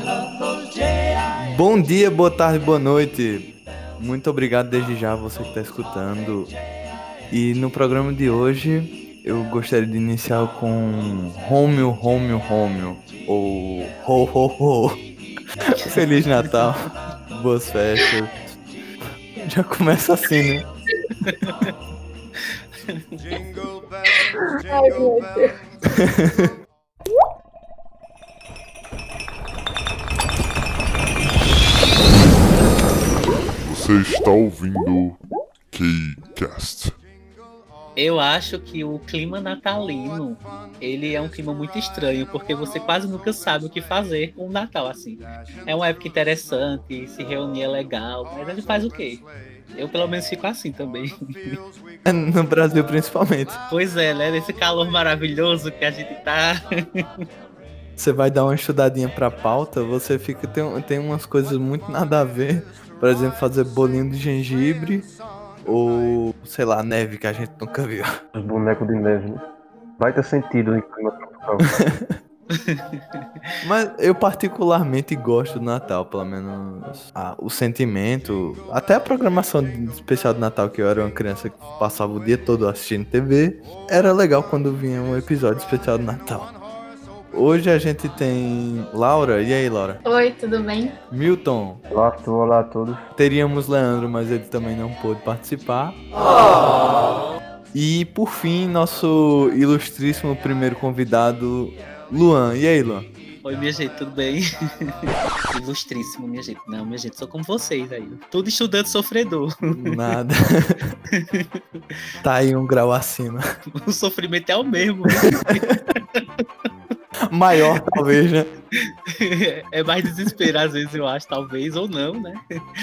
Bom dia, boa tarde, boa noite. Muito obrigado desde já você que está escutando. E no programa de hoje eu gostaria de iniciar com Romeo, Romeo, Romeo. Ou Ho, Ho, Ho. Feliz Natal, boas festas. Já começa assim, né? Ai, meu Deus. Você está ouvindo K-Cast. Eu acho que o clima natalino, ele é um clima muito estranho, porque você quase nunca sabe o que fazer com o Natal, assim. É uma época interessante, se reunir é legal, mas a gente faz o quê? Eu pelo menos fico assim também. No Brasil principalmente. Pois é, né? Nesse calor maravilhoso que a gente tá. Você vai dar uma estudadinha pra pauta, você fica. Tem umas coisas muito nada a ver. Por exemplo, fazer bolinho de gengibre. Ou, sei lá, neve que a gente nunca viu. Os bonecos de neve, né? Vai ter sentido em clima tropical. Mas eu particularmente gosto do Natal, pelo menos o sentimento, até a programação especial do Natal, que eu era uma criança que passava o dia todo assistindo TV, era legal quando vinha um episódio especial do Natal. Hoje a gente tem Laura, e aí Laura? Oi, tudo bem? Milton, Olá a todos. teríamos Leandro, mas ele também não pôde participar. E por fim, nosso ilustríssimo primeiro convidado, Luan. E aí, Luan? Oi, minha gente, tudo bem? Ilustríssimo, minha gente. Não, minha gente, sou como vocês aí. Tudo estudante sofredor. Nada. Tá aí um grau acima. O sofrimento é o mesmo. Maior, talvez, né? É mais desespero, às vezes, eu acho, talvez, ou não, né?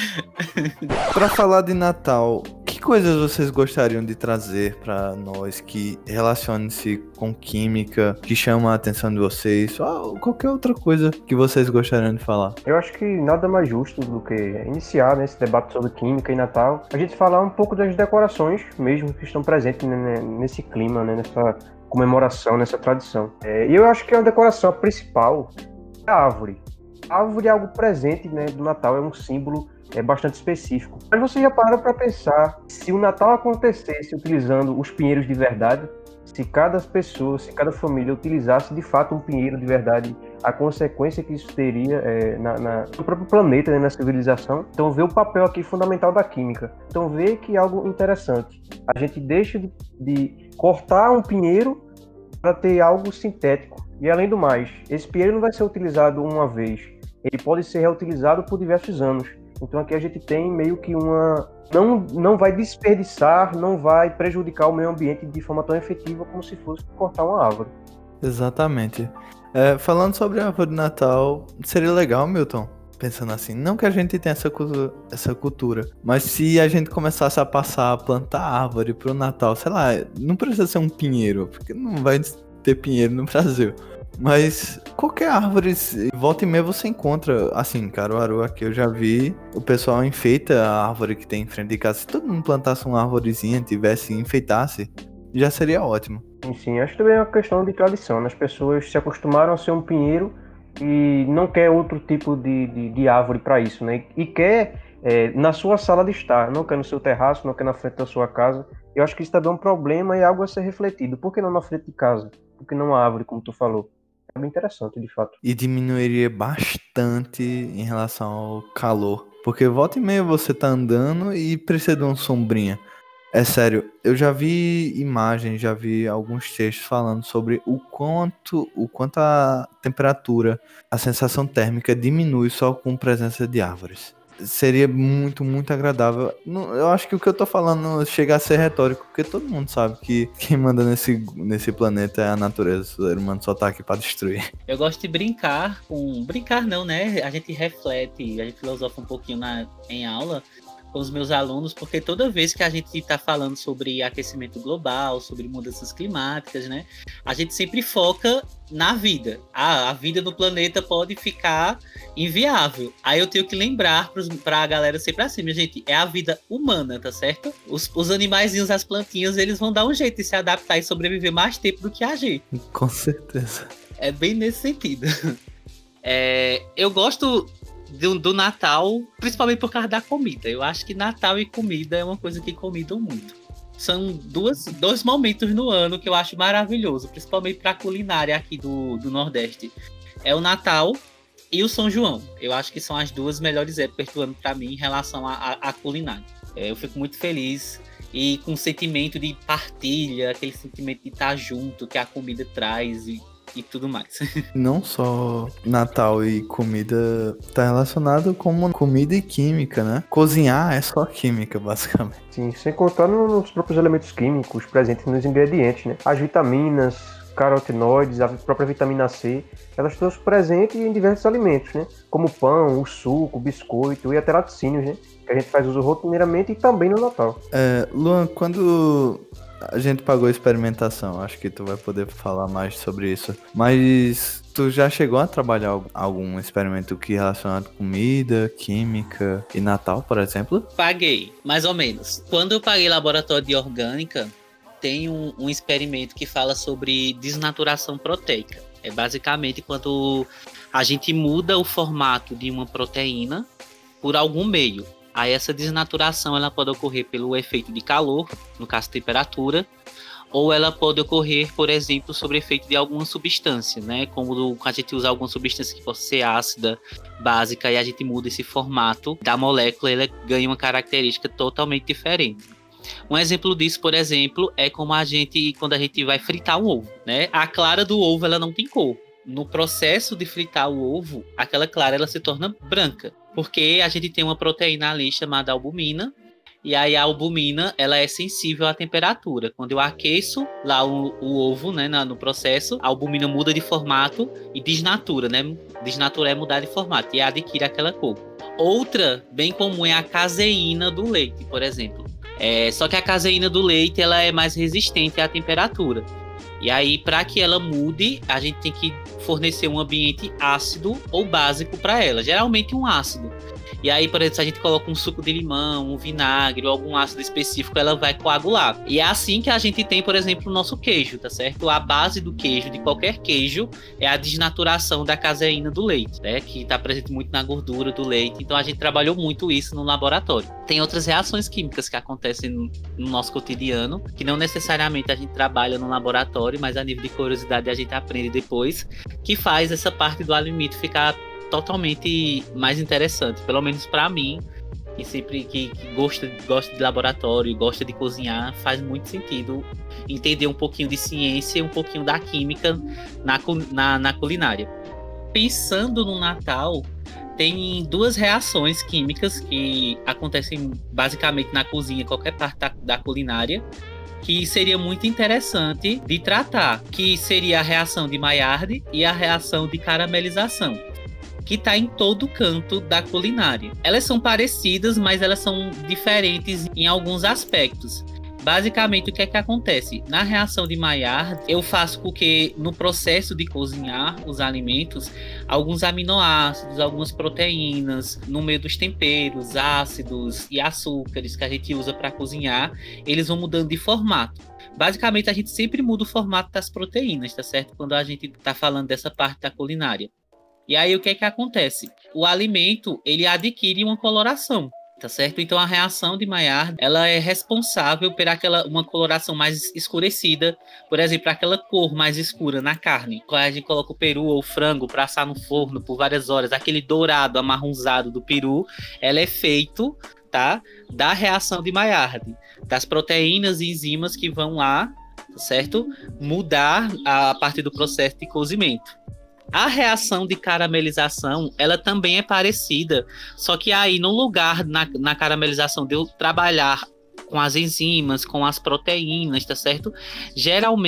Pra falar de Natal, que coisas vocês gostariam de trazer pra nós que relacione-se com química, que chama a atenção de vocês, ou qualquer outra coisa que vocês gostariam de falar? Eu acho que nada mais justo do que iniciar esse debate sobre química e Natal, a gente falar um pouco das decorações mesmo que estão presentes, né, nesse clima, né, nessa comemoração, nessa tradição. E eu acho que a decoração principal é a árvore. A árvore é algo presente, né, do Natal, é um símbolo bastante específico. Mas você já parou para pensar, se o Natal acontecesse utilizando os pinheiros de verdade, se cada pessoa, se cada família utilizasse de fato um pinheiro de verdade, a consequência que isso teria no próprio planeta, né, na civilização. Então vê o papel aqui fundamental da química. Então vê que é algo interessante. A gente deixa de cortar um pinheiro para ter algo sintético. E além do mais, esse pinheiro não vai ser utilizado uma vez. Ele pode ser reutilizado por diversos anos. Então aqui a gente tem meio que não vai desperdiçar, não vai prejudicar o meio ambiente de forma tão efetiva como se fosse cortar uma árvore. Exatamente. Falando sobre a árvore de Natal, seria legal, Milton, pensando assim, não que a gente tenha essa cultura, mas se a gente começasse a passar a plantar árvore pro Natal, sei lá, não precisa ser um pinheiro, porque não vai ter pinheiro no Brasil. Mas qualquer árvore, volta e meia você encontra, assim, Caruaru aqui eu já vi, o pessoal enfeita a árvore que tem em frente de casa. Se todo mundo plantasse uma árvorezinha, enfeitasse, já seria ótimo. Sim, acho que também é uma questão de tradição, né? As pessoas se acostumaram a ser um pinheiro e não quer outro tipo de árvore para isso, né? E quer na sua sala de estar, não quer no seu terraço, não quer na frente da sua casa. Eu acho que isso também é um problema e é algo a ser refletido. Por que não na frente de casa? Por que não a árvore, como tu falou? É bem interessante, de fato. E diminuiria bastante em relação ao calor. Porque volta e meia você tá andando e precisa de uma sombrinha. É sério, eu já vi imagens, já vi alguns textos falando sobre o quanto a temperatura, a sensação térmica diminui só com presença de árvores. Seria muito, muito agradável. Eu acho que o que eu tô falando chega a ser retórico, porque todo mundo sabe que quem manda nesse planeta é a natureza. O ser humano só tá aqui pra destruir. Eu gosto de brincar com... Brincar não, né? A gente reflete, a gente filosofa um pouquinho em aula com os meus alunos, porque toda vez que a gente está falando sobre aquecimento global, sobre mudanças climáticas, né, a gente sempre foca na vida. A vida no planeta pode ficar inviável. Aí eu tenho que lembrar para a galera sempre assim, minha gente, é a vida humana, tá certo? Os animaizinhos, as plantinhas, eles vão dar um jeito de se adaptar e sobreviver mais tempo do que a gente. Com certeza. É bem nesse sentido. Eu gosto do Natal, principalmente por causa da comida. Eu acho que Natal e comida é uma coisa que combinam muito. São dois momentos no ano que eu acho maravilhoso, principalmente para a culinária aqui do Nordeste. É o Natal e o São João. Eu acho que são as duas melhores épocas do ano para mim em relação à culinária. Eu fico muito feliz e com o sentimento de partilha, aquele sentimento de estar junto que a comida traz e tudo mais. Não só Natal e comida tá relacionado com comida e química, né? Cozinhar é só química, basicamente. Sim, sem contar nos próprios elementos químicos presentes nos ingredientes, né? As vitaminas, carotenoides, a própria vitamina C, elas estão presentes em diversos alimentos, né? Como o pão, o suco, o biscoito e até laticínios, né? Que a gente faz uso rotineiramente e também no Natal. Luan, quando a gente pagou a experimentação, acho que tu vai poder falar mais sobre isso, mas tu já chegou a trabalhar algum experimento que relacionado com comida, química e Natal, por exemplo? Paguei, mais ou menos. Quando eu paguei laboratório de orgânica, tem um experimento que fala sobre desnaturação proteica. É basicamente quando a gente muda o formato de uma proteína por algum meio. Aí essa desnaturação ela pode ocorrer pelo efeito de calor, no caso temperatura, ou ela pode ocorrer, por exemplo, sobre efeito de alguma substância, né? Como a gente usa alguma substância que possa ser ácida, básica, e a gente muda esse formato da molécula, ela ganha uma característica totalmente diferente. Um exemplo disso, por exemplo, é como quando a gente vai fritar um ovo, né? A clara do ovo ela não tem cor. No processo de fritar o ovo, aquela clara ela se torna branca, porque a gente tem uma proteína ali chamada albumina, e aí a albumina ela é sensível à temperatura. Quando eu aqueço lá o ovo, né, no processo, a albumina muda de formato e desnatura, né? Desnatura é mudar de formato e adquire aquela cor. Outra bem comum é a caseína do leite, por exemplo. Só que a caseína do leite ela é mais resistente à temperatura. E aí, para que ela mude, a gente tem que fornecer um ambiente ácido ou básico para ela. Geralmente um ácido. E aí, por exemplo, se a gente coloca um suco de limão, um vinagre ou algum ácido específico, ela vai coagular. E é assim que a gente tem, por exemplo, o nosso queijo, tá certo? A base do queijo, de qualquer queijo, é a desnaturação da caseína do leite, né? Que está presente muito na gordura do leite. Então, a gente trabalhou muito isso no laboratório. Tem outras reações químicas que acontecem no nosso cotidiano, que não necessariamente a gente trabalha no laboratório, mas a nível de curiosidade a gente aprende depois, que faz essa parte do alimento ficar totalmente mais interessante, pelo menos para mim, que sempre que gosta de laboratório, gosta de cozinhar, faz muito sentido entender um pouquinho de ciência e um pouquinho da química na culinária. Pensando no Natal, tem duas reações químicas que acontecem basicamente na cozinha, qualquer parte da culinária, que seria muito interessante de tratar, que seria a reação de Maillard e a reação de caramelização, que está em todo canto da culinária. Elas são parecidas, mas elas são diferentes em alguns aspectos. Basicamente, o que é que acontece? Na reação de Maillard, eu faço com que, no processo de cozinhar os alimentos, alguns aminoácidos, algumas proteínas, no meio dos temperos, ácidos e açúcares que a gente usa para cozinhar, eles vão mudando de formato. Basicamente, a gente sempre muda o formato das proteínas, tá certo? Quando a gente está falando dessa parte da culinária. E aí, o que é que acontece? O alimento, ele adquire uma coloração, tá certo? Então, a reação de Maillard, ela é responsável por uma coloração mais escurecida, por exemplo, aquela cor mais escura na carne. Quando a gente coloca o peru ou o frango para assar no forno por várias horas, aquele dourado amarronzado do peru, ela é feito, tá? Da reação de Maillard, das proteínas e enzimas que vão lá, tá certo? Mudar a partir do processo de cozimento. A reação de caramelização, ela também é parecida, só que aí no lugar, na caramelização, de eu trabalhar com as enzimas, com as proteínas, tá certo?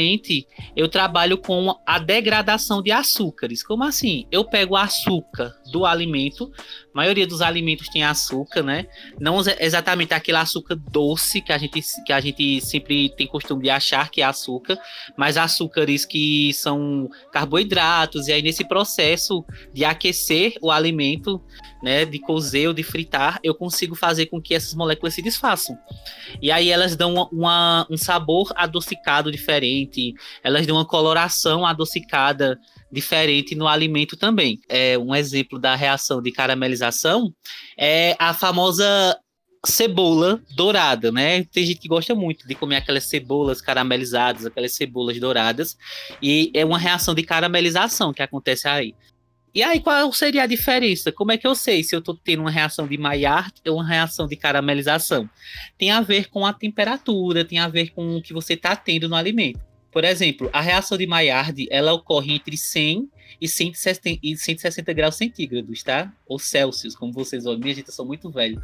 Geralmente, eu trabalho com a degradação de açúcares. Como assim? Eu pego o açúcar do alimento. A maioria dos alimentos tem açúcar, né? Não exatamente aquele açúcar doce que a gente sempre tem costume de achar que é açúcar, mas açúcares que são carboidratos. E aí, nesse processo de aquecer o alimento, né, de cozer ou de fritar, eu consigo fazer com que essas moléculas se desfaçam. E aí elas dão um sabor adocicado diferente, elas dão uma coloração adocicada diferente no alimento também. Um exemplo da reação de caramelização é a famosa cebola dourada, né? Tem gente que gosta muito de comer aquelas cebolas caramelizadas, aquelas cebolas douradas, e é uma reação de caramelização que acontece aí. E aí, qual seria a diferença? Como é que eu sei se eu estou tendo uma reação de Maillard ou uma reação de caramelização? Tem a ver com a temperatura, tem a ver com o que você está tendo no alimento. Por exemplo, a reação de Maillard, ela ocorre entre 100 e 160 graus centígrados, tá? Ou Celsius, como vocês olham. Minha gente, eu sou muito velho.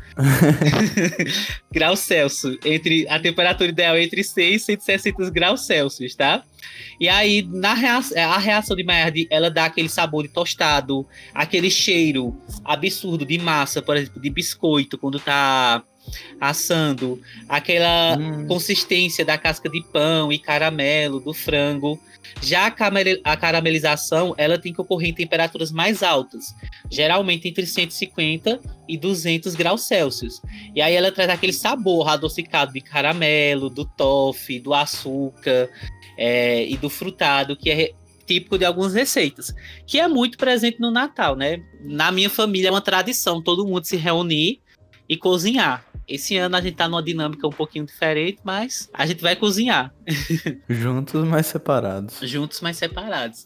Graus Celsius. A temperatura ideal é entre 100 e 160 graus Celsius, tá? E aí, a reação de Maillard, ela dá aquele sabor de tostado, aquele cheiro absurdo de massa, por exemplo, de biscoito, quando tá assando, aquela consistência da casca de pão e caramelo, do frango. Já a caramelização, ela tem que ocorrer em temperaturas mais altas, geralmente entre 150 e 200 graus Celsius. E aí ela traz aquele sabor adocicado de caramelo, do toffee, do açúcar e do frutado, que é típico de algumas receitas, que é muito presente no Natal, né? Na minha família é uma tradição todo mundo se reunir e cozinhar. Esse ano a gente tá numa dinâmica um pouquinho diferente, mas a gente vai cozinhar. Juntos, mas separados. Juntos, mas separados.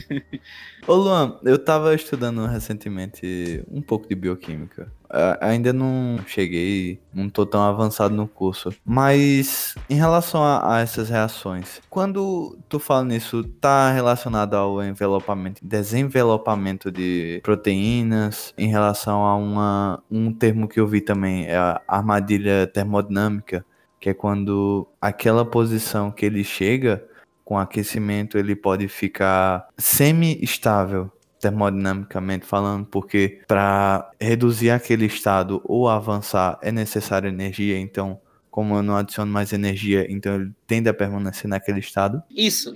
Ô Luan, eu tava estudando recentemente um pouco de bioquímica. Ainda não cheguei, não tô tão avançado no curso. Mas em relação a essas reações, quando tu fala nisso, tá relacionado ao desenvelopamento de proteínas, em relação a um termo que eu vi também, é a armadilha termodinâmica, que é quando aquela posição que ele chega com aquecimento, ele pode ficar semi-estável, termodinamicamente falando, porque para reduzir aquele estado ou avançar é necessária energia, então como eu não adiciono mais energia, então ele tende a permanecer naquele estado. Isso,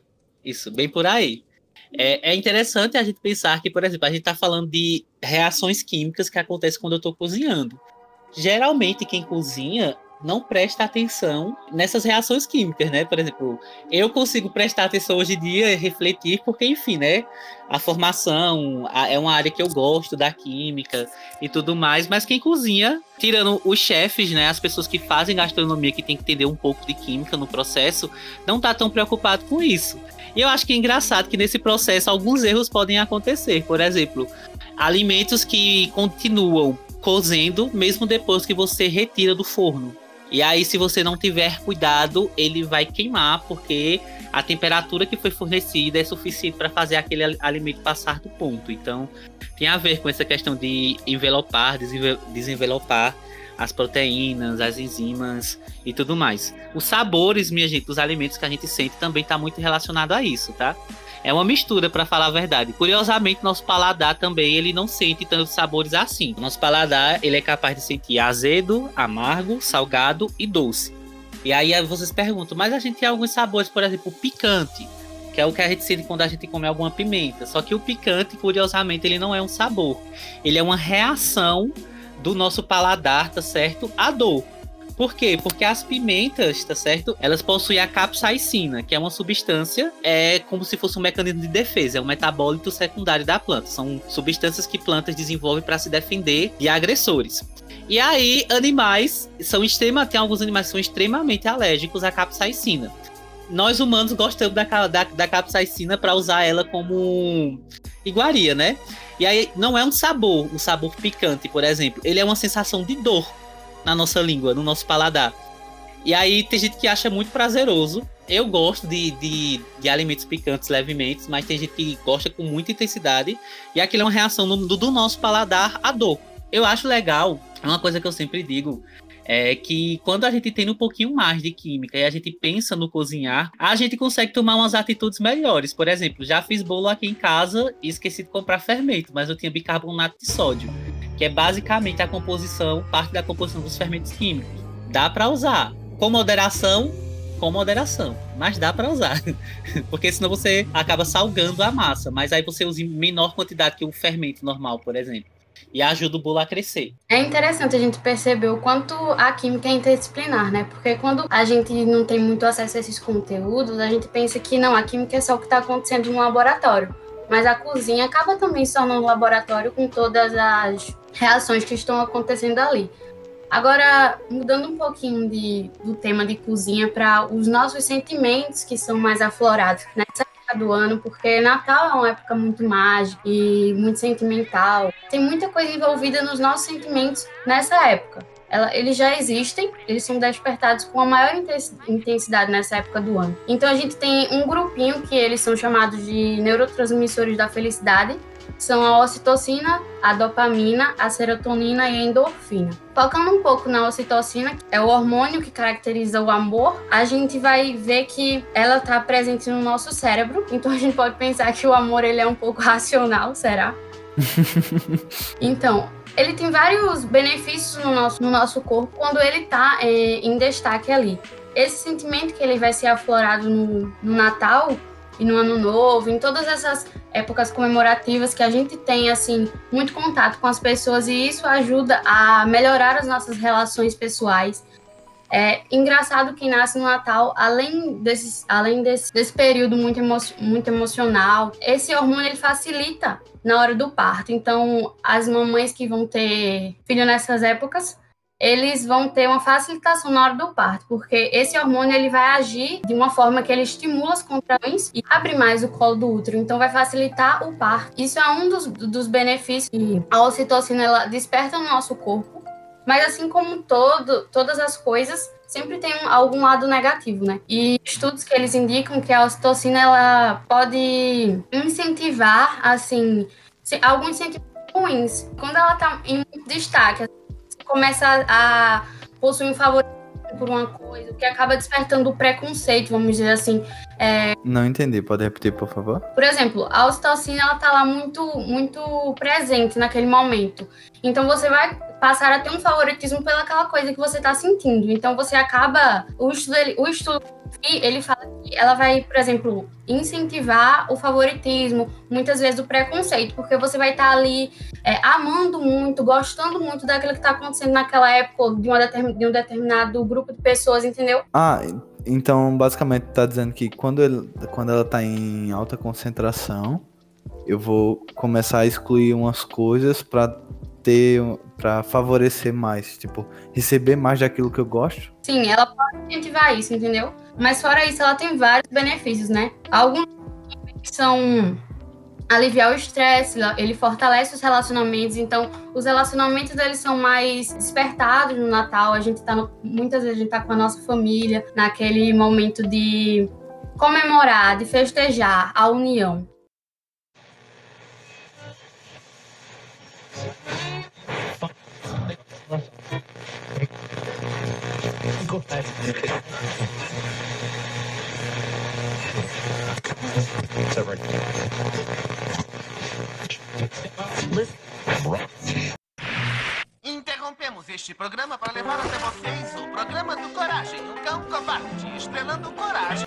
bem por aí. É interessante a gente pensar que, por exemplo, a gente está falando de reações químicas que acontecem quando eu estou cozinhando. Geralmente quem cozinha não presta atenção nessas reações químicas, né? Por exemplo, eu consigo prestar atenção hoje em dia e refletir porque, enfim, né? A formação é uma área que eu gosto da química e tudo mais, mas quem cozinha, tirando os chefes, né? As pessoas que fazem gastronomia, que tem que entender um pouco de química no processo, não tá tão preocupado com isso. E eu acho que é engraçado que nesse processo alguns erros podem acontecer. Por exemplo, alimentos que continuam cozendo mesmo depois que você retira do forno. E aí, se você não tiver cuidado, ele vai queimar, porque a temperatura que foi fornecida é suficiente para fazer aquele alimento passar do ponto. Então, tem a ver com essa questão de envelopar, desenvelopar as proteínas, as enzimas e tudo mais. Os sabores, minha gente, dos alimentos que a gente sente também está muito relacionado a isso, tá? É uma mistura, para falar a verdade. Curiosamente, nosso paladar também, ele não sente tantos sabores assim. Nosso paladar, ele é capaz de sentir azedo, amargo, salgado e doce. E aí vocês perguntam, mas a gente tem alguns sabores, por exemplo, picante, que é o que a gente sente quando a gente come alguma pimenta. Só que o picante, curiosamente, ele não é um sabor. Ele é uma reação do nosso paladar, tá certo? À dor. Por quê? Porque as pimentas, tá certo? Elas possuem a capsaicina, que é uma substância, como se fosse um mecanismo de defesa, é um metabólito secundário da planta. São substâncias que plantas desenvolvem para se defender de agressores. E aí, tem alguns animais que são extremamente alérgicos à capsaicina. Nós humanos gostamos da capsaicina para usar ela como iguaria, né? E aí, não é um sabor picante, por exemplo. Ele é uma sensação de dor na nossa língua, no nosso paladar. E aí tem gente que acha muito prazeroso. Eu gosto de alimentos picantes levemente, mas tem gente que gosta com muita intensidade. E aquilo é uma reação do nosso paladar à dor. Eu acho legal, é uma coisa que eu sempre digo, é que quando a gente tem um pouquinho mais de química e a gente pensa no cozinhar, a gente consegue tomar umas atitudes melhores. Por exemplo, já fiz bolo aqui em casa e esqueci de comprar fermento, mas eu tinha bicarbonato de sódio, que é basicamente parte da composição dos fermentos químicos. Dá para usar com moderação, mas dá para usar, porque senão você acaba salgando a massa, mas aí você usa em menor quantidade que o fermento normal, por exemplo. E ajuda o bolo a crescer. É interessante a gente perceber o quanto a química é interdisciplinar, né? Porque quando a gente não tem muito acesso a esses conteúdos, a gente pensa que não, a química é só o que está acontecendo no laboratório. Mas a cozinha acaba também se tornando um laboratório com todas as reações que estão acontecendo ali. Agora, mudando um pouquinho do tema de cozinha para os nossos sentimentos que são mais aflorados nessa época do ano, porque Natal é uma época muito mágica e muito sentimental. Tem muita coisa envolvida nos nossos sentimentos nessa época. Eles já existem, eles são despertados com a maior intensidade nessa época do ano. Então a gente tem um grupinho que eles são chamados de neurotransmissores da felicidade, são a ocitocina, a dopamina, a serotonina e a endorfina. Focando um pouco na ocitocina, que é o hormônio que caracteriza o amor, a gente vai ver que ela está presente no nosso cérebro, então a gente pode pensar que o amor ele é um pouco racional, será? Então, ele tem vários benefícios no nosso corpo quando ele está em destaque ali. Esse sentimento que ele vai ser aflorado no Natal e no Ano Novo, em todas essas épocas comemorativas que a gente tem, assim, muito contato com as pessoas e isso ajuda a melhorar as nossas relações pessoais. É engraçado que nasce no Natal, além desse período muito emocional, esse hormônio ele facilita na hora do parto. Então, as mamães que vão ter filho nessas épocas, eles vão ter uma facilitação na hora do parto, porque esse hormônio ele vai agir de uma forma que ele estimula as contrações e abre mais o colo do útero, então vai facilitar o parto. Isso é um dos benefícios que a ocitocina ela desperta no nosso corpo, mas assim como todas as coisas, sempre tem algum lado negativo, né? E estudos que eles indicam que a ocitocina ela pode incentivar, assim, alguns sentimentos ruins. Quando ela está em destaque, começa a possuir um favoritismo por uma coisa, o que acaba despertando o preconceito, vamos dizer assim. Não entendi, pode repetir, por favor? Por exemplo, a ocitocina, ela tá lá muito, muito presente naquele momento. Então, você vai passar a ter um favoritismo pelaquela coisa que você tá sentindo. Então, você acaba... O estudo ele fala que ela vai, por exemplo, incentivar o favoritismo, muitas vezes o preconceito, porque você vai estar ali amando muito, gostando muito daquilo que está acontecendo naquela época, de um determinado grupo de pessoas, entendeu? Então basicamente tá dizendo que quando ela tá em alta concentração, eu vou começar a excluir umas coisas para favorecer mais, tipo, receber mais daquilo que eu gosto? Sim, ela pode incentivar isso, entendeu? Mas fora isso, ela tem vários benefícios, né? Alguns são aliviar o estresse, ele fortalece os relacionamentos, então os relacionamentos eles são mais despertados no Natal, muitas vezes a gente tá com a nossa família, naquele momento de comemorar, de festejar a união. Interrompemos este programa para levar até vocês o programa do Coragem, um cão covarde, estrelando coragem.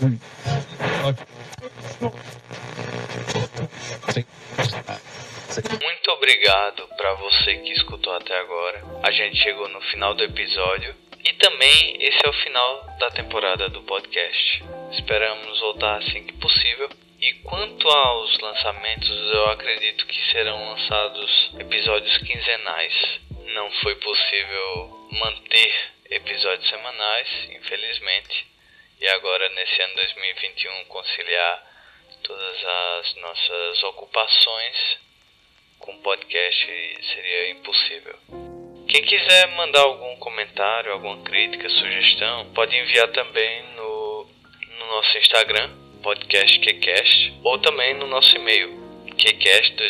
Muito obrigado para você que escutou até agora. A gente chegou no final do episódio e também esse é o final da temporada do podcast. Esperamos voltar assim que possível. E quanto aos lançamentos, eu acredito que serão lançados episódios quinzenais. Não foi possível manter episódios semanais, infelizmente. E agora, nesse ano 2021, conciliar todas as nossas ocupações com podcast seria impossível. Quem quiser mandar algum comentário, alguma crítica, sugestão, pode enviar também no nosso Instagram, podcastqcast, ou também no nosso e-mail,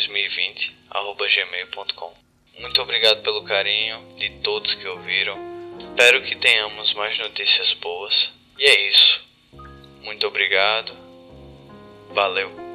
qcast2020@gmail.com. Muito obrigado pelo carinho de todos que ouviram. Espero que tenhamos mais notícias boas. E é isso. Muito obrigado. Valeu.